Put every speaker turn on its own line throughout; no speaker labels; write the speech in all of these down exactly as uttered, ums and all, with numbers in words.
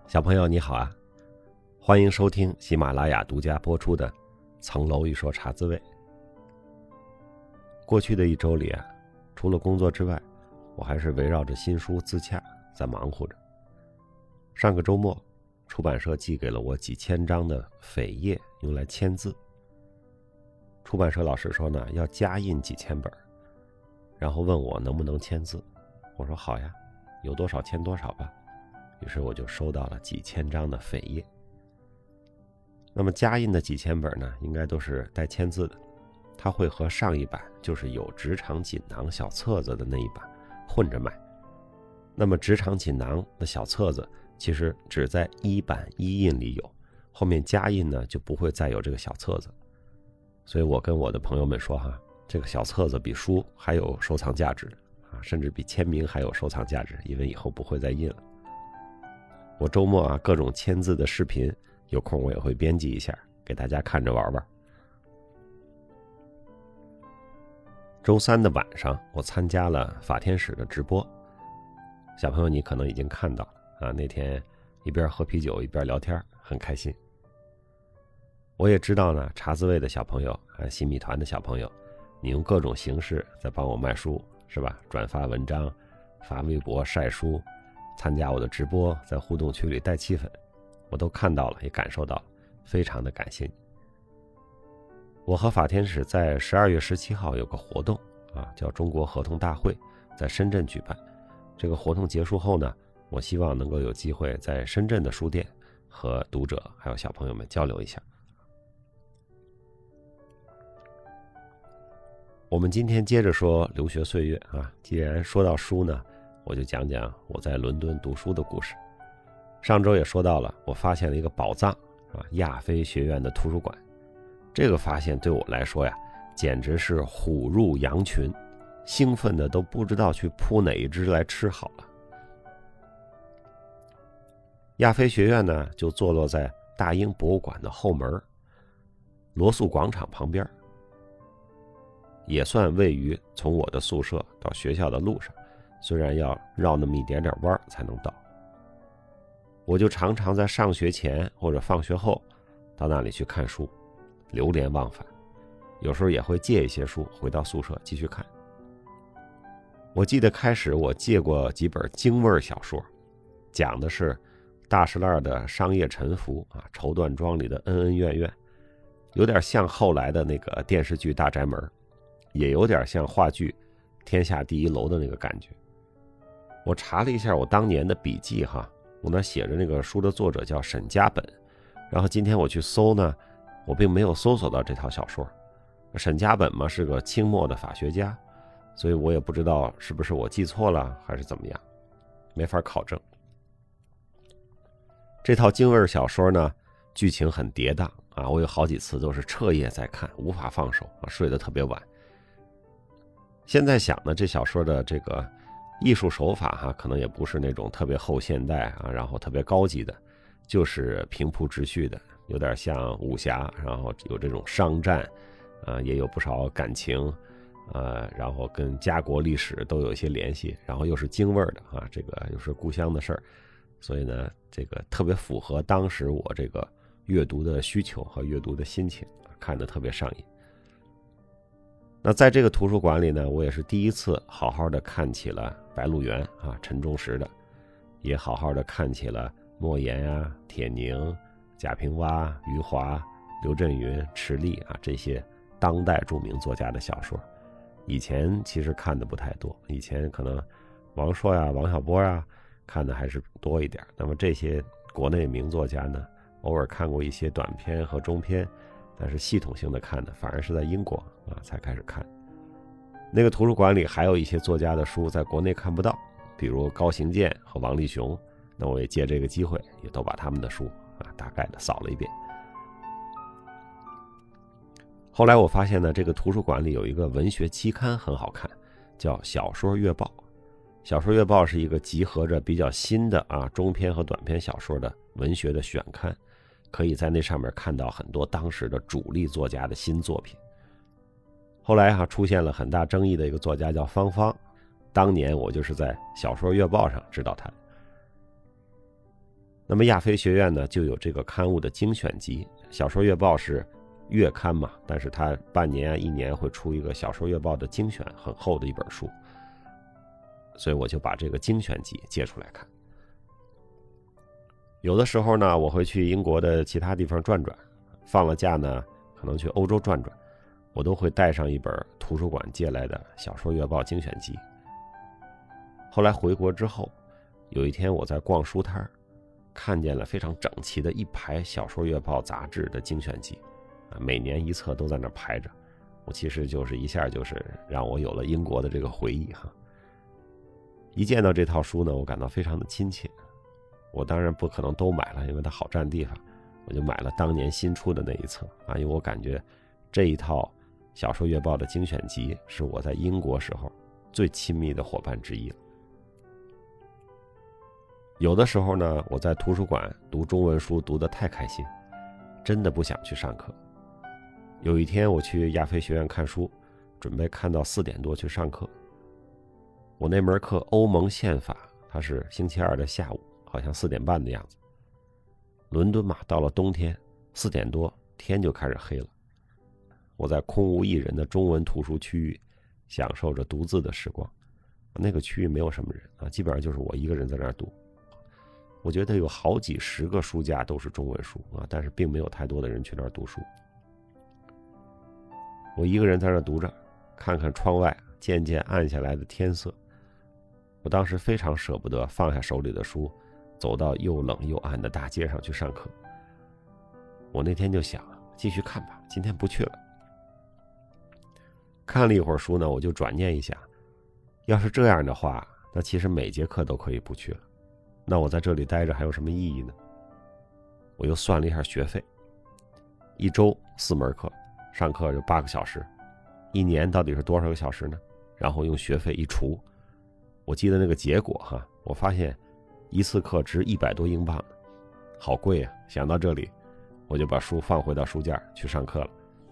小朋友你好啊，欢迎收听喜马拉雅独家播出的《层楼一说茶滋味》。过去的一周里啊，除了工作之外，我还是围绕着新书自洽在忙活着。上个周末，出版社寄给了我几千张的扉页，用来签字。出版社老师说呢，要加印几千本，然后问我能不能签字。我说好呀，有多少签多少吧。于是我就收到了几千张的扉页。那么加印的几千本呢，应该都是带签字的，它会和上一版就是有直肠锦囊小册子的那一版混着卖。那么直肠锦囊的小册子其实只在一版一印里有，后面加印呢就不会再有这个小册子。所以我跟我的朋友们说哈，这个小册子比书还有收藏价值啊，甚至比签名还有收藏价值，因为以后不会再印了。我周末啊各种签字的视频，有空我也会编辑一下，给大家看着玩玩。周三的晚上，我参加了法天使的直播，小朋友你可能已经看到了啊，那天一边喝啤酒一边聊天，很开心。我也知道呢，茶滋味的小朋友还有新米团的小朋友，你用各种形式在帮我卖书，是吧？转发文章，发微博晒书，参加我的直播，在互动区里带气氛，我都看到了，也感受到了，非常的感谢你。我和法天使在十二月十七号有个活动啊，叫中国合同大会，在深圳举办。这个活动结束后呢，我希望能够有机会在深圳的书店和读者还有小朋友们交流一下。我们今天接着说留学岁月啊，既然说到书呢，我就讲讲我在伦敦读书的故事。上周也说到了，我发现了一个宝藏啊，亚非学院的图书馆。这个发现对我来说呀，简直是虎入羊群，兴奋的都不知道去扑哪一只来吃好了。亚非学院呢，就坐落在大英博物馆的后门，罗素广场旁边，也算位于从我的宿舍到学校的路上，虽然要绕那么一点点弯才能到。我就常常在上学前或者放学后到那里去看书，流连忘返，有时候也会借一些书回到宿舍继续看。我记得开始我借过几本京味小说，讲的是大石烂的商业沉浮啊，绸缎庄里的恩恩怨怨，有点像后来的那个电视剧《大宅门》，也有点像话剧《天下第一楼》的那个感觉。我查了一下我当年的笔记哈，我那写着那个书的作者叫沈家本，然后今天我去搜呢，我并没有搜索到这套小说。沈家本嘛是个清末的法学家，所以我也不知道是不是我记错了还是怎么样，没法考证。这套京味小说呢，剧情很跌宕啊，我有好几次都是彻夜在看，无法放手啊，睡得特别晚。现在想呢，这小说的这个艺术手法哈，可能也不是那种特别后现代啊，然后特别高级的，就是平铺直叙的，有点像武侠，然后有这种商战，呃，也有不少感情，呃，然后跟家国历史都有一些联系，然后又是京味的啊，这个又是故乡的事儿，所以呢，这个特别符合当时我这个阅读的需求和阅读的心情，看得特别上瘾。那在这个图书馆里呢，我也是第一次好好的看起了《白鹿原》啊，陈忠实的，也好好的看起了莫言啊、铁凝、贾平凹、余华、刘震云、池莉啊这些当代著名作家的小说。以前其实看的不太多，以前可能王朔呀、王小波啊看的还是多一点。那么这些国内名作家呢，偶尔看过一些短篇和中篇，但是系统性的看的反而是在英国啊才开始看。那个图书馆里还有一些作家的书在国内看不到，比如高行健和王立雄，那我也借这个机会也都把他们的书啊大概的扫了一遍。后来我发现呢，这个图书馆里有一个文学期刊很好看，叫小说月报。小说月报是一个集合着比较新的啊中篇和短篇小说的文学的选刊，可以在那上面看到很多当时的主力作家的新作品。后来哈、啊、出现了很大争议的一个作家叫方方，当年我就是在小说月报上知道他的。 那么亚非学院呢就有这个刊物的精选集，小说月报是月刊嘛，但是它半年啊一年会出一个小说月报的精选，很厚的一本书，所以我就把这个精选集借出来看。有的时候呢我会去英国的其他地方转转，放了假呢可能去欧洲转转，我都会带上一本图书馆借来的小说月报精选集。后来回国之后，有一天我在逛书摊，看见了非常整齐的一排小说月报杂志的精选集，每年一册都在那排着。我其实就是一下就是让我有了英国的这个回忆哈。一见到这套书呢，我感到非常的亲切。我当然不可能都买了，因为它好占地方，我就买了当年新出的那一册啊，因为我感觉这一套小说月报的精选集是我在英国时候最亲密的伙伴之一了。有的时候呢，我在图书馆读中文书读得太开心，真的不想去上课。有一天我去亚非学院看书，准备看到四点多去上课。我那门课欧盟宪法，它是星期二的下午，好像四点半的样子。伦敦嘛，到了冬天，四点多天就开始黑了。我在空无一人的中文图书区域，享受着独自的时光。那个区域没有什么人啊，基本上就是我一个人在那儿读。我觉得有好几十个书架都是中文书啊，但是并没有太多的人去那儿读书。我一个人在那儿读着，看看窗外渐渐暗下来的天色。我当时非常舍不得放下手里的书，走到又冷又暗的大街上去上课。我那天就想，继续看吧，今天不去了。看了一会儿书呢，我就转念一想，要是这样的话，那其实每节课都可以不去了。那我在这里待着还有什么意义呢？我又算了一下学费，一周四门课，上课就八个小时，一年到底是多少个小时呢？然后用学费一除，我记得那个结果哈，我发现一次课值一百多英镑，好贵啊！想到这里，我就把书放回到书架去上课了。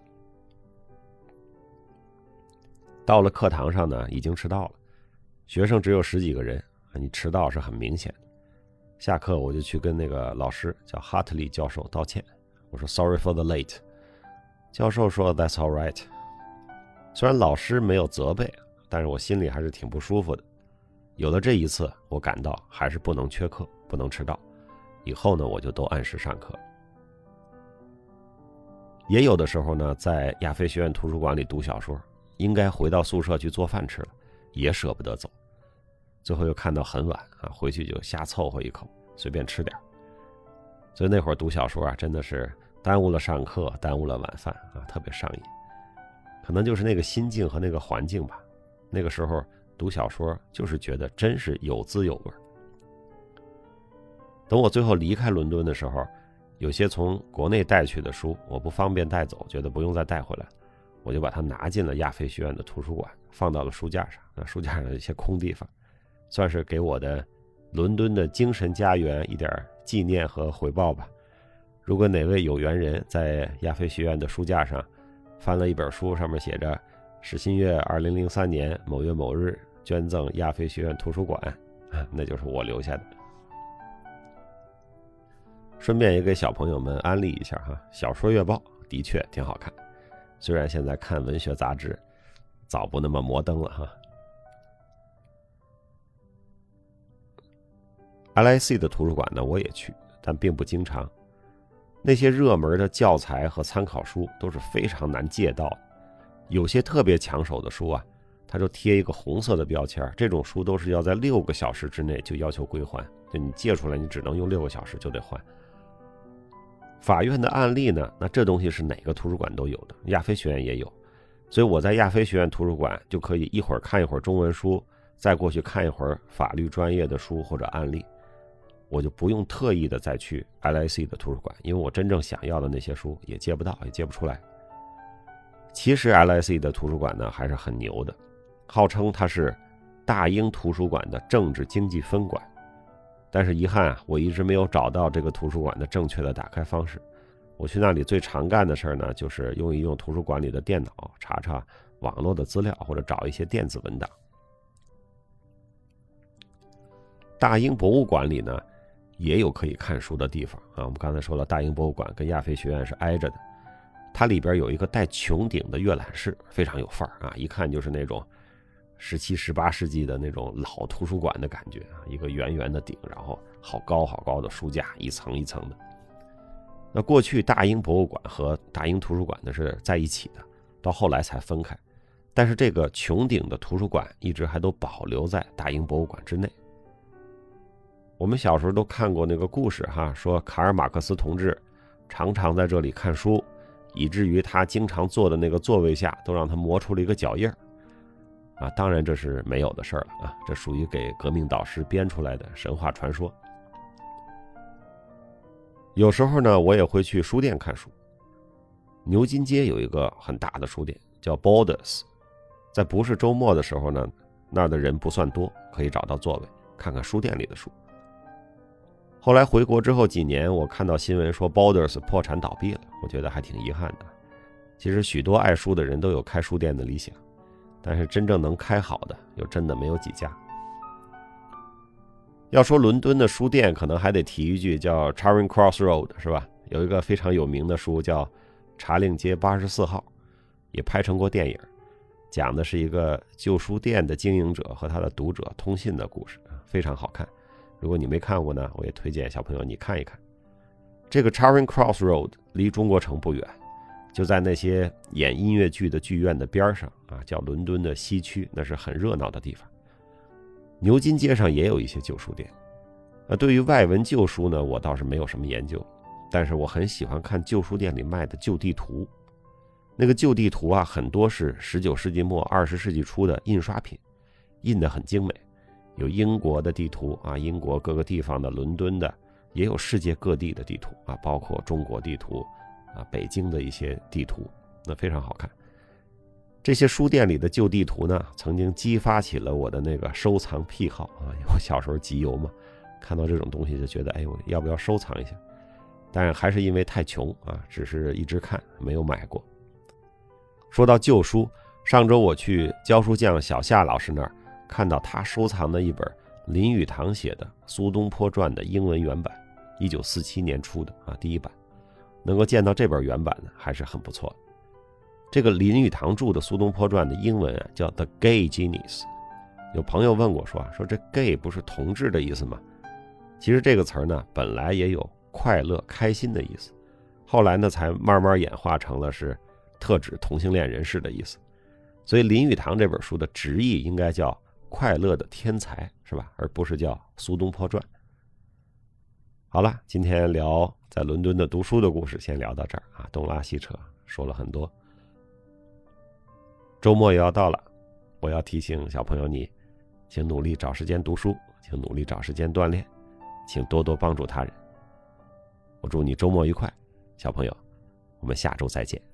到了课堂上呢，已经迟到了，学生只有十几个人，你迟到是很明显的。下课我就去跟那个老师叫哈特利教授道歉，我说 sorry for the late。 教授说 that's all right。 虽然老师没有责备，但是我心里还是挺不舒服的。有了这一次，我感到还是不能缺课，不能迟到，以后呢我就都按时上课。也有的时候呢，在亚非学院图书馆里读小说，应该回到宿舍去做饭吃了，也舍不得走。最后又看到很晚啊，回去就瞎凑合一口，随便吃点。所以那会儿读小说啊，真的是耽误了上课，耽误了晚饭啊，特别上瘾。可能就是那个心境和那个环境吧，那个时候读小说就是觉得真是有滋有味。等我最后离开伦敦的时候，有些从国内带去的书我不方便带走，觉得不用再带回来，我就把它拿进了亚非学院的图书馆，放到了书架上。那书架上有一些空地方，算是给我的伦敦的精神家园一点纪念和回报吧。如果哪位有缘人在亚非学院的书架上翻了一本书，上面写着史新月二零零三年某月某日捐赠亚非学院图书馆，那就是我留下的。顺便也给小朋友们安利一下哈，小说月报的确挺好看，虽然现在看文学杂志早不那么摩登了哈。L I C 的图书馆呢，我也去，但并不经常。那些热门的教材和参考书都是非常难借到的，有些特别抢手的书啊，它就贴一个红色的标签，这种书都是要在六个小时之内就要求归还，就你借出来，你只能用六个小时就得还。法院的案例呢，那这东西是哪个图书馆都有的，亚非学院也有，所以我在亚非学院图书馆就可以一会儿看一会儿中文书，再过去看一会儿法律专业的书或者案例。我就不用特意的再去 L I C 的图书馆，因为我真正想要的那些书也借不到，也借不出来。其实 L I C 的图书馆呢还是很牛的，号称它是大英图书馆的政治经济分馆，但是遗憾啊，我一直没有找到这个图书馆的正确的打开方式。我去那里最常干的事呢，就是用一用图书馆里的电脑，查查网络的资料，或者找一些电子文档。大英博物馆里呢， 也有可以看书的地方啊。我们刚才说了，大英博物馆跟亚非学院是挨着的，它里边有一个带穹顶的阅览室，非常有范儿啊，一看就是那种十七、十八世纪的那种老图书馆的感觉啊，一个圆圆的顶，然后好高好高的书架，一层一层的。那过去大英博物馆和大英图书馆呢是在一起的，到后来才分开。但是这个穹顶的图书馆一直还都保留在大英博物馆之内。我们小时候都看过那个故事哈，说卡尔马克思同志常常在这里看书，以至于他经常坐的那个座位下都让他磨出了一个脚印儿。啊，当然这是没有的事儿了啊，这属于给革命导师编出来的神话传说。有时候呢，我也会去书店看书。牛津街有一个很大的书店叫 Borders， 在不是周末的时候呢，那儿的人不算多，可以找到座位看看书店里的书。后来回国之后几年，我看到新闻说 Borders 破产倒闭了，我觉得还挺遗憾的。其实许多爱书的人都有开书店的理想，但是真正能开好的又真的没有几家。要说伦敦的书店，可能还得提一句叫 Charing Cross Road， 是吧？有一个非常有名的书叫《茶令街八十四号》，也拍成过电影，讲的是一个旧书店的经营者和他的读者通信的故事，非常好看。如果你没看过呢，我也推荐小朋友你看一看。这个 Charing Cross Road 离中国城不远，就在那些演音乐剧的剧院的边上啊，叫伦敦的西区，那是很热闹的地方。牛津街上也有一些旧书店。呃，对于外文旧书呢，我倒是没有什么研究，但是我很喜欢看旧书店里卖的旧地图。那个旧地图啊，很多是十九世纪末二十世纪初的印刷品，印得很精美，有英国的地图啊，英国各个地方的，伦敦的，也有世界各地的地图啊，包括中国地图啊，北京的一些地图，那非常好看。这些书店里的旧地图呢，曾经激发起了我的那个收藏癖好啊。我小时候集邮嘛，看到这种东西就觉得，哎，我要不要收藏一下？但是还是因为太穷啊，只是一直看，没有买过。说到旧书，上周我去教书匠小夏老师那儿，看到他收藏的一本林语堂写的《苏东坡传》的英文原版，一九四七年出的啊，第一版。能够见到这本原版呢，还是很不错的。这个林语堂著的《苏东坡传》的英文啊，叫 The Gay Genius。有朋友问过说说这 gay 不是同志的意思吗？其实这个词儿呢，本来也有快乐、开心的意思，后来呢，才慢慢演化成了是特指同性恋人士的意思。所以林语堂这本书的直译应该叫快乐的天才，是吧？而不是叫苏东坡传。好了，今天聊在伦敦的读书的故事先聊到这儿啊，东拉西扯说了很多。周末也要到了，我要提醒小朋友你，请努力找时间读书，请努力找时间锻炼，请多多帮助他人。我祝你周末愉快，小朋友，我们下周再见。